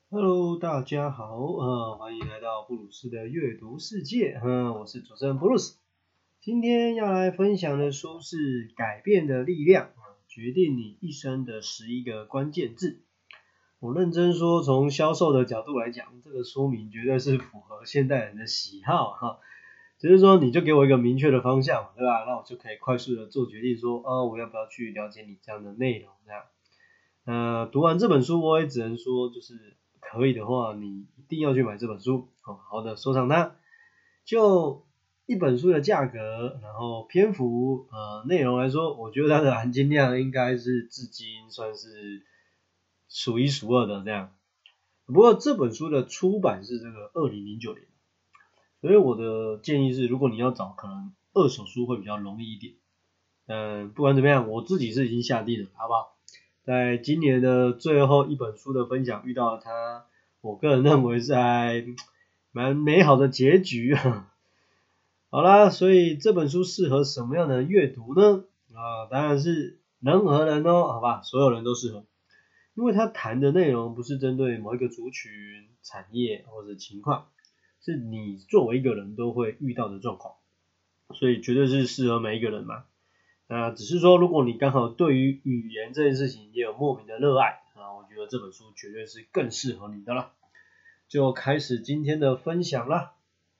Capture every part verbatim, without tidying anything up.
Hello，大家好，呃，欢迎来到布鲁斯的阅读世界，嗯、我是主持人布鲁斯。今天要来分享的书是《改变的力量》，决定你一生的十一个关键字。我认真说，从销售的角度来讲，这个书名绝对是符合现代人的喜好哈。只是说，你就给我一个明确的方向，对吧？那我就可以快速的做决定，说，哦，我要不要去了解你这样的内容，这样。呃，读完这本书，我也只能说，就是可以的话，你一定要去买这本书，好好的收藏它。就一本书的价格，然后篇幅，呃，内容来说，我觉得它的含金量应该是至今算是数一数二的这样。不过这本书的出版是这个二零零九年，所以我的建议是，如果你要找，可能二手书会比较容易一点。嗯，不管怎么样，我自己是已经下定了，好不好？在今年的最后一本书的分享遇到了它，我个人认为是还蛮美好的结局。好啦，所以这本书适合什么样的阅读呢？啊，当然是人和人哦，好吧，所有人都适合，因为它谈的内容不是针对某一个族群、产业或者情况，是你作为一个人都会遇到的状况，所以绝对是适合每一个人嘛。那只是说，如果你刚好对于语言这件事情也有莫名的热爱啊，我觉得这本书绝对是更适合你的了。就开始今天的分享啦。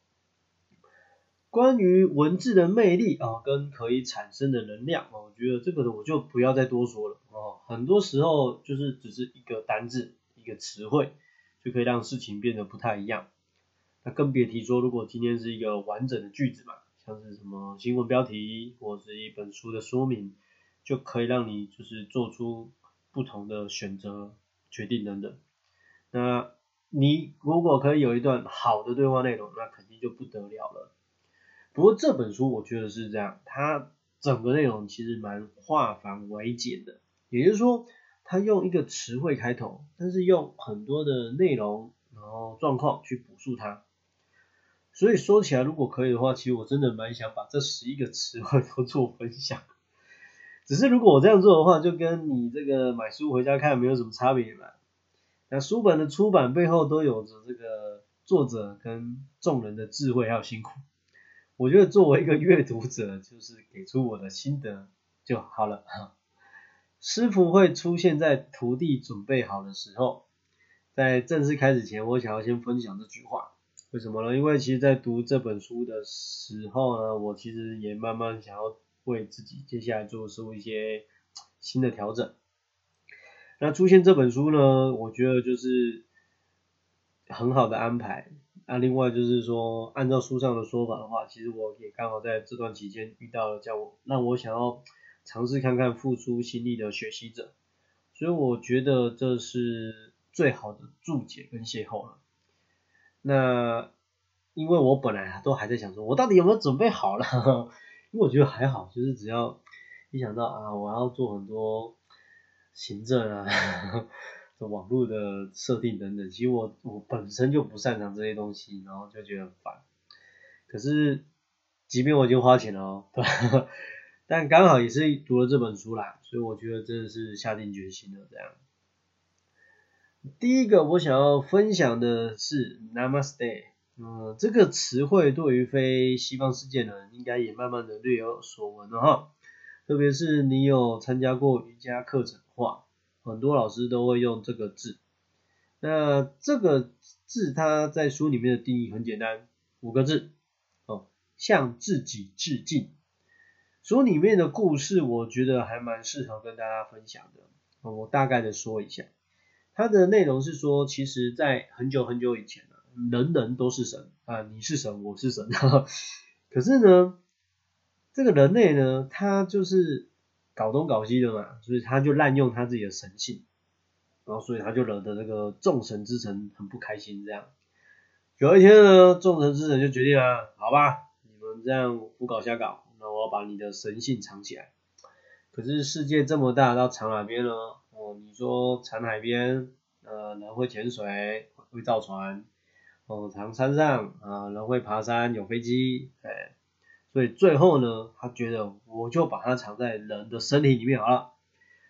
关于文字的魅力啊，跟可以产生的能量，我觉得这个我就不要再多说了哦。很多时候就是只是一个单字、一个词汇，就可以让事情变得不太一样。那更别提说，如果今天是一个完整的句子嘛，像是什么新闻标题或是一本书的说明，就可以让你就是做出不同的选择、决定等等。那你如果可以有一段好的对话内容，那肯定就不得了了。不过这本书我觉得是这样，它整个内容其实蛮化繁为简的，也就是说，它用一个词汇开头，但是用很多的内容，然后状况去补述它。所以说起来，如果可以的话，其实我真的蛮想把这十一个词汇都做分享。只是如果我这样做的话，就跟你这个买书回家看没有什么差别嘛。那书本的出版背后都有着这个作者跟众人的智慧还有辛苦。我觉得作为一个阅读者，就是给出我的心得就好了。师傅会出现在徒弟准备好的时候。在正式开始前，我想要先分享这句话。为什么呢？因为其实在读这本书的时候呢，我其实也慢慢想要为自己接下来做出一些新的调整。那出现这本书呢，我觉得就是很好的安排。那、啊、另外就是说，按照书上的说法的话，其实我也刚好在这段期间遇到了叫我让我想要尝试看看付出心力的学习者，所以我觉得这是最好的注解跟邂逅了。那因为我本来都还在想说，我到底有没有准备好了？因为我觉得还好，就是只要一想到啊，我要做很多行政啊、网络的设定等等，其实我我本身就不擅长这些东西，然后就觉得很烦。可是即便我已经花钱了哦，对吧？但刚好也是读了这本书啦，所以我觉得真的是下定决心了这样。第一个我想要分享的是 Namaste， 嗯，这个词汇对于非西方世界的人应该也慢慢的略有所闻了哈。特别是你有参加过瑜伽课程的话，很多老师都会用这个字。那这个字它在书里面的定义很简单，五个字哦，向自己致敬。书里面的故事我觉得还蛮适合跟大家分享的，我大概的说一下。它的内容是说，其实在很久很久以前、啊、人人都是神啊，你是神，我是神。可是呢，这个人类呢，他就是搞东搞西的嘛，所以他就滥用他自己的神性，然后所以他就惹得这个众神之神很不开心。这样，有一天呢，众神之神就决定了，好吧，你们这样胡搞瞎搞，那我要把你的神性藏起来。可是世界这么大，要藏哪边呢？哦，你说藏海边，呃，人会潜水，会造船；哦，藏山上，啊、呃，人会爬山，有飞机，哎，所以最后呢，他觉得我就把它藏在人的身体里面好了。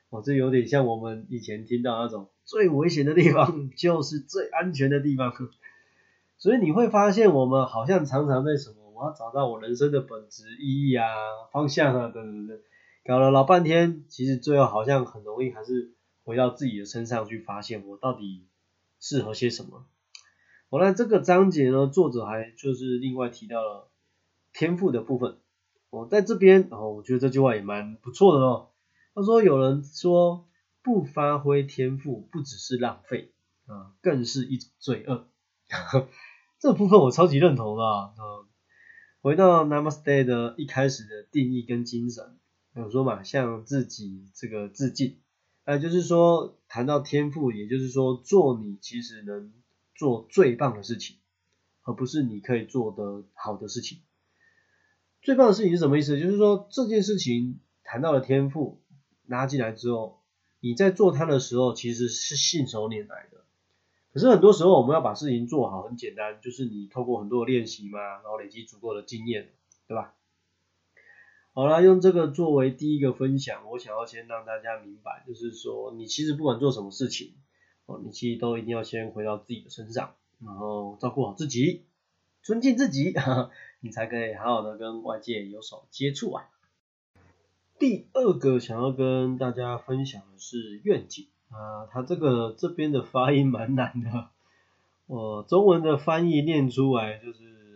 哦，这有点像我们以前听到那种最危险的地方就是最安全的地方。所以你会发现我们好像常常在什么，我要找到我人生的本质意义啊、方向啊等等等，搞了老半天，其实最后好像很容易还是回到自己的身上去发现我到底适合些什么。好，那这个章节呢，作者还就是另外提到了天赋的部分。我、哦、在这边，哦，我觉得这句话也蛮不错的哦。他说有人说不发挥天赋不只是浪费啊，更是一种罪恶。这部分我超级认同的啊。嗯，回到 Namaste 的一开始的定义跟精神，有说嘛，向自己这个致敬。那就是说，谈到天赋，也就是说，做你其实能做最棒的事情，而不是你可以做的好的事情。最棒的事情是什么意思？就是说这件事情谈到了天赋，拉进来之后，你在做它的时候其实是信手拈来的。可是很多时候我们要把事情做好，很简单，就是你透过很多的练习嘛，然后累积足够的经验，对吧？好啦，用这个作为第一个分享，我想要先让大家明白，就是说你其实不管做什么事情，哦，你其实都一定要先回到自己的身上，然后照顾好自己，尊敬自己，呵呵，你才可以好好的跟外界有所接触啊。第二个想要跟大家分享的是愿景啊，它这个这边的发音蛮难的，我中文的翻译念出来就是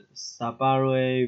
Sabare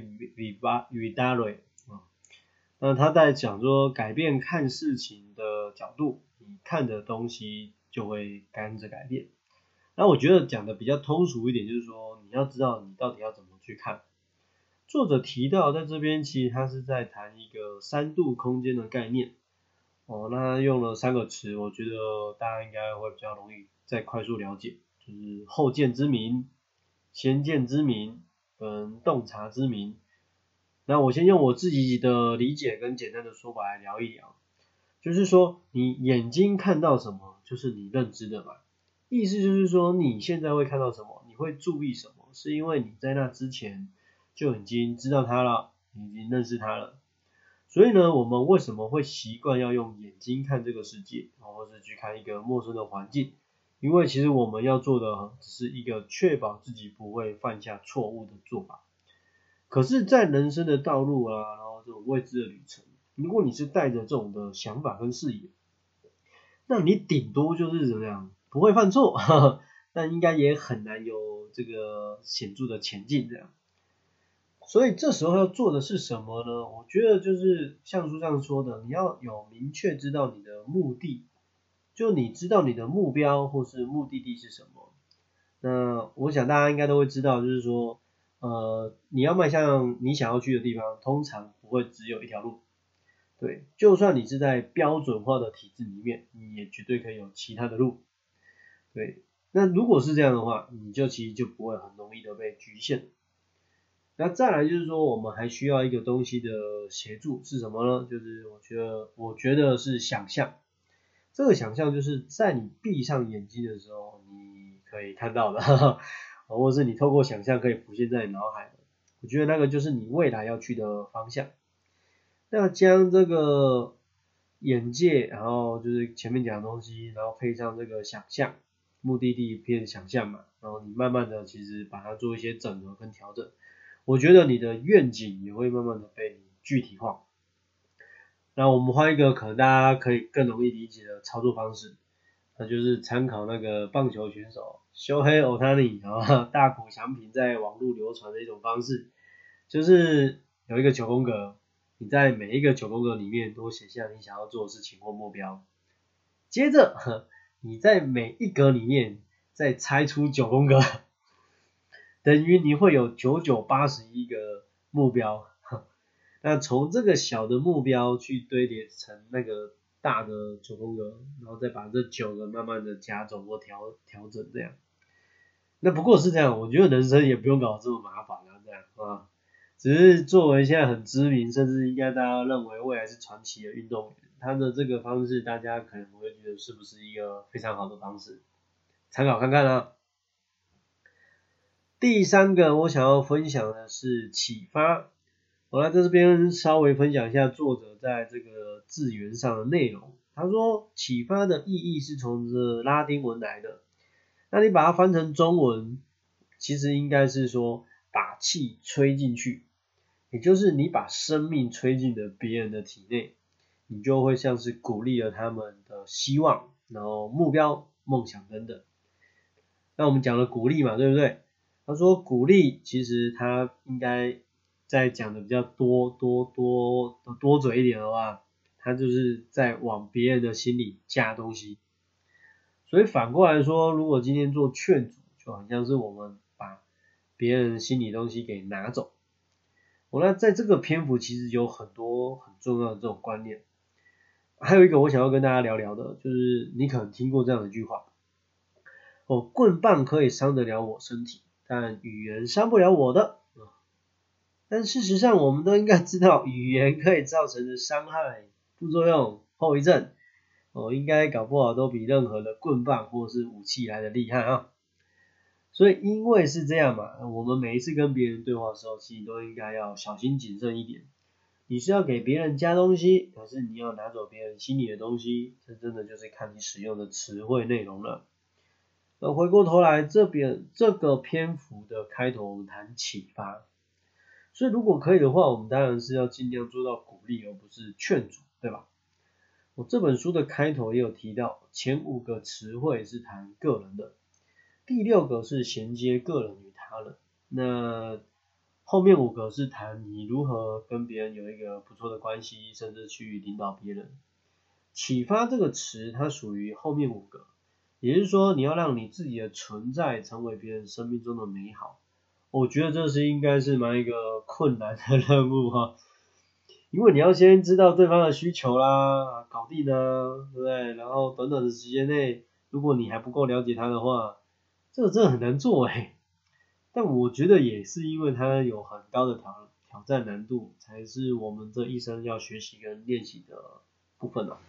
Vidare， 那他在讲说改变看事情的角度，你看的东西就会跟着改变。那我觉得讲的比较通俗一点，就是说你要知道你到底要怎么去看。作者提到在这边其实他是在谈一个三度空间的概念，哦，那他用了三个词，我觉得大家应该会比较容易再快速了解，就是后见之明、先见之明跟洞察之明。那我先用我自己的理解跟简单的说法来聊一聊，就是说你眼睛看到什么，就是你认知的嘛。意思就是说你现在会看到什么，你会注意什么，是因为你在那之前就已经知道它了，你已经认识它了。所以呢，我们为什么会习惯要用眼睛看这个世界，或是去看一个陌生的环境？因为其实我们要做的只是一个确保自己不会犯下错误的做法。可是，在人生的道路啊，然后这种未知的旅程，如果你是带着这种的想法跟视野，那你顶多就是怎么样，不会犯错，呵呵，但应该也很难有这个显著的前进这样。所以这时候要做的是什么呢？我觉得就是像书上说的，你要有明确知道你的目的，就你知道你的目标或是目的地是什么。那我想大家应该都会知道，就是说，呃，你要迈向你想要去的地方，通常不会只有一条路。对，就算你是在标准化的体制里面，你也绝对可以有其他的路。对，那如果是这样的话，你就其实就不会很容易的被局限。那再来就是说，我们还需要一个东西的协助是什么呢？就是我觉得，我觉得是想象。这个想象就是在你闭上眼睛的时候，你可以看到的，呵呵，或者是你透过想象可以浮现在你脑海的。我觉得那个就是你未来要去的方向。那将这个眼界，然后就是前面讲的东西，然后配上这个想象，目的地偏想象嘛，然后你慢慢的其实把它做一些整合跟调整。我觉得你的愿景也会慢慢的被你具体化。那我们换一个可能大家可以更容易理解的操作方式，那就是参考那个棒球选手Shohei Ohtani 啊，大谷翔平在网络流传的一种方式，就是有一个九宫格，你在每一个九宫格里面都写下你想要做的事情或目标，接着你在每一格里面再拆出九宫格，等于你会有九九八十一个目标。那从这个小的目标去堆叠成那个大的九宫格，然后再把这九个慢慢的加总或调调整这样。那不过是这样，我觉得人生也不用搞这么麻烦啊，这样啊。只是作为现在很知名，甚至应该大家认为未来是传奇的运动员，他的这个方式大家可能会觉得是不是一个非常好的方式，参考看看啊。第三个我想要分享的是启发，我来在这边稍微分享一下作者在这个字源上的内容。 他说启发的意义是从这拉丁文来的，那你把它翻成中文，其实应该是说把气吹进去，也就是你把生命吹进了别人的体内，你就会像是鼓励了他们的希望，然后目标、梦想等等。那我们讲了鼓励嘛，对不对？他说鼓励其实他应该再讲的比较多多多多嘴一点的话，他就是在往别人的心里加东西。所以反过来说，如果今天做劝阻，就好像是我们把别人心里东西给拿走。哦，那在这个篇幅其实有很多很重要的这种观念。还有一个我想要跟大家聊聊的，就是你可能听过这样的一句话，哦，棍棒可以伤得了我身体，但语言伤不了我的。但事实上我们都应该知道，语言可以造成的伤害、副作用、后遗症，哦，应该搞不好都比任何的棍棒或是武器来的厉害啊。所以因为是这样嘛，我们每一次跟别人对话的时候，其实都应该要小心谨慎一点。你是要给别人加东西，还是你要拿走别人心里的东西？这真的就是看你使用的词汇内容了。那回过头来，这边这个篇幅的开头我们谈启发，所以如果可以的话，我们当然是要尽量做到鼓励，而不是劝阻，对吧？我这本书的开头也有提到，前五个词汇是谈个人的，第六个是衔接个人与他人，那后面五个是谈你如何跟别人有一个不错的关系，甚至去领导别人。启发这个词它属于后面五个，也就是说你要让你自己的存在成为别人生命中的美好。我觉得这是应该是蛮一个困难的任务哈，因为你要先知道对方的需求啦，搞定啊，对不对？然后短短的时间内，如果你还不够了解他的话，这个真的很难做诶。但我觉得也是因为它有很高的挑挑战难度，才是我们这一生要学习跟练习的部分哦。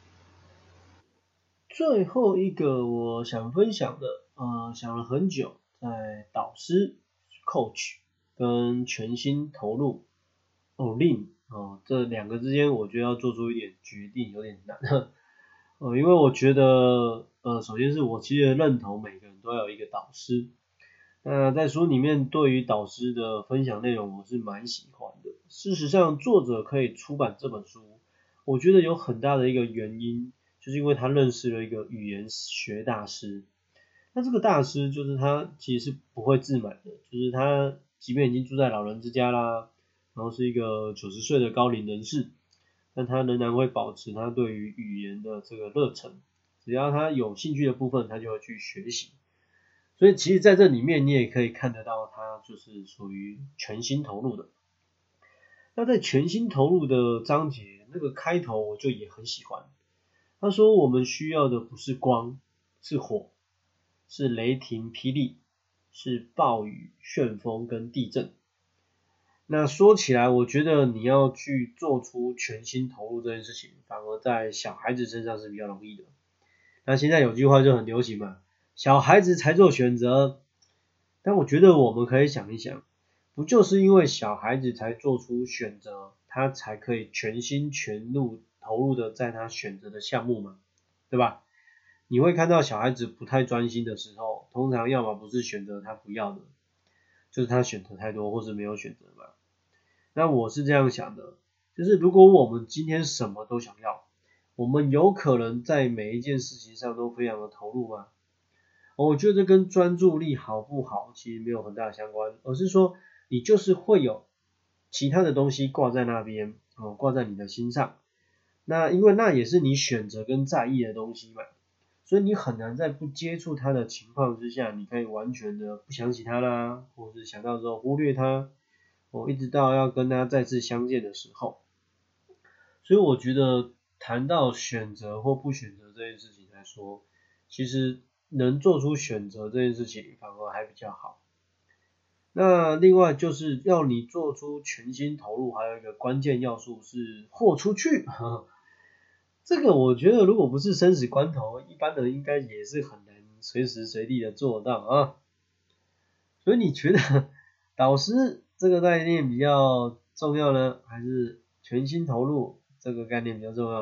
最后一个我想分享的，呃，想了很久，在导师 coach 跟全心投入 all in 哦这两个之间，我觉得要做出一点决定有点难，呃，因为我觉得，呃，首先是我其实认同每个人都要有一个导师。那在书里面对于导师的分享内容我是蛮喜欢的。事实上作者可以出版这本书，我觉得有很大的一个原因，就是因为他认识了一个语言学大师。那这个大师就是他其实是不会自满的，就是他即便已经住在老人之家啦，然后是一个九十岁的高龄人士，但他仍然会保持他对于语言的这个热忱，只要他有兴趣的部分他就会去学习。所以其实在这里面你也可以看得到他就是属于全心投入的。那在全心投入的章节那个开头我就也很喜欢，他说我们需要的不是光，是火，是雷霆霹雳，是暴雨旋风跟地震。那说起来我觉得你要去做出全心投入这件事情，反而在小孩子身上是比较容易的。那现在有句话就很流行嘛，小孩子才做选择，但我觉得我们可以想一想，不就是因为小孩子才做出选择，他才可以全心全入投入的在他选择的项目嘛，对吧？你会看到小孩子不太专心的时候，通常要么不是选择他不要的，就是他选择太多或是没有选择嘛。那我是这样想的，就是如果我们今天什么都想要，我们有可能在每一件事情上都非常的投入吗？我觉得跟专注力好不好其实没有很大的相关，而是说你就是会有其他的东西挂在那边，哦，挂在你的心上。那因为那也是你选择跟在意的东西嘛，所以你很难在不接触它的情况之下，你可以完全的不想起它啦，或是想到之后忽略它，哦，一直到要跟它再次相见的时候。所以我觉得谈到选择或不选择这件事情来说，其实能做出选择这件事情反而还比较好。那另外就是要你做出全心投入，还有一个关键要素是豁出去。这个我觉得如果不是生死关头，一般人应该也是很难随时随地的做到啊。所以你觉得导师这个概念比较重要呢，还是全心投入这个概念比较重要呢？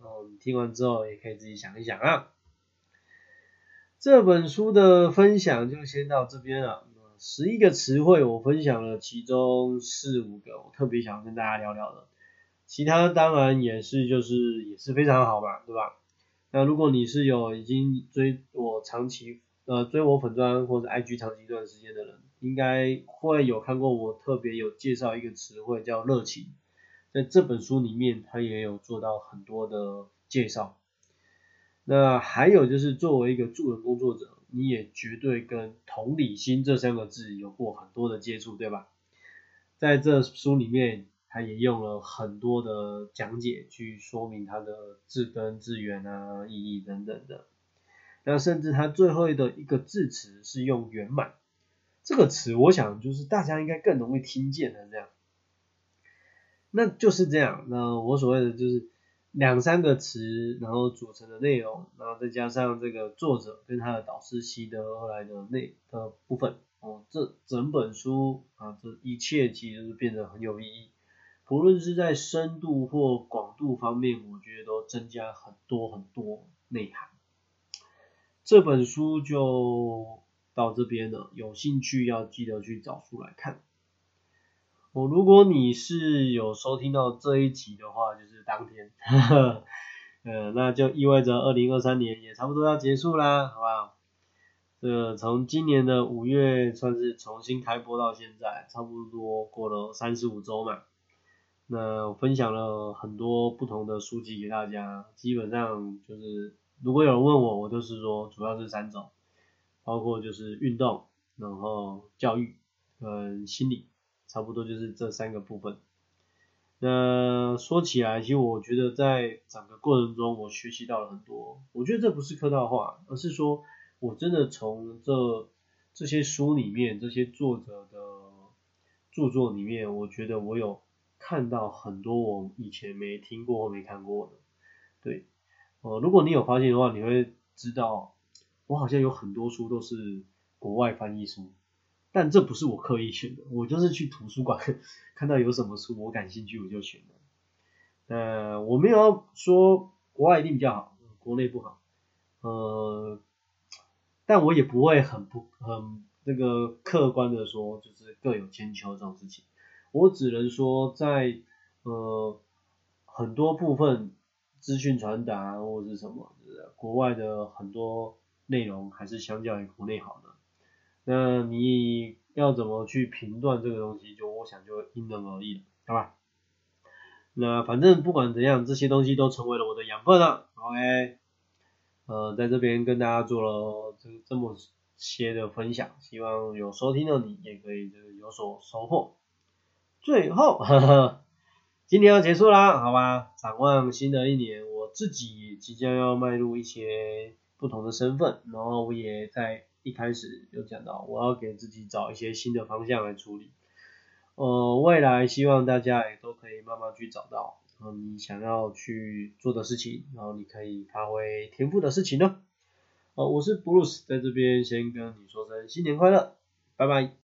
哦，你听完之后也可以自己想一想啊。这本书的分享就先到这边了。十一个词汇我分享了其中四五个我特别想跟大家聊聊的，其他当然也是就是也是非常好嘛，对吧？那如果你是有已经追我长期呃追我粉专或者 I G 长期一段时间的人，应该会有看过我特别有介绍一个词汇叫热情，在这本书里面它也有做到很多的介绍。那还有就是作为一个助人工作者，你也绝对跟同理心这三个字有过很多的接触，对吧？在这书里面他也用了很多的讲解去说明它的字根字源啊、意义等等的。那甚至他最后的一个字词是用圆满，这个词我想就是大家应该更容易听见的这样。那就是这样，那我所谓的就是两三个词，然后组成的内容，然后再加上这个作者跟他的导师习得后来的内的部分，哦，这整本书啊，这一切其实是变得很有意义。不论是在深度或广度方面，我觉得都增加很多很多内涵。这本书就到这边了，有兴趣要记得去找书来看。哦，如果你是有收听到这一集的话，就是当天，呵呵呃，那就意味着二零二三年也差不多要结束啦，好不好？这个从今年的五月算是重新开播到现在，差不多过了三十五周嘛。那我分享了很多不同的书籍给大家，基本上就是如果有人问我，我就是说主要是三种，包括就是运动，然后教育跟心理。差不多就是这三个部分。那说起来，其实我觉得在整个过程中，我学习到了很多。我觉得这不是客套话，而是说我真的从这这些书里面，这些作者的著作里面，我觉得我有看到很多我以前没听过或没看过的。对，呃，如果你有发现的话，你会知道，我好像有很多书都是国外翻译书。但这不是我刻意选的，我就是去图书馆看到有什么书我感兴趣我就选了。呃，我没有要说国外一定比较好，国内不好，呃，但我也不会很不很那个客观的说，就是各有千秋这种事情。我只能说在呃很多部分资讯传达或者是什么，国外的很多内容还是相较于国内好的。那你要怎么去评断这个东西，就我想就因人而异了，好吧？那反正不管怎样，这些东西都成为了我的养分了 ，OK？ 呃，在这边跟大家做了这这么些的分享，希望有收听的你也可以有所收获。最后，呵呵，今年要结束啦，好吧？展望新的一年，我自己即将要迈入一些不同的身份，然后我也在一开始有讲到，我要给自己找一些新的方向来处理。呃，未来希望大家也都可以慢慢去找到，嗯，你想要去做的事情，然后你可以发挥天赋的事情呢。呃，我是 Bruce，在这边先跟你说声新年快乐，拜拜。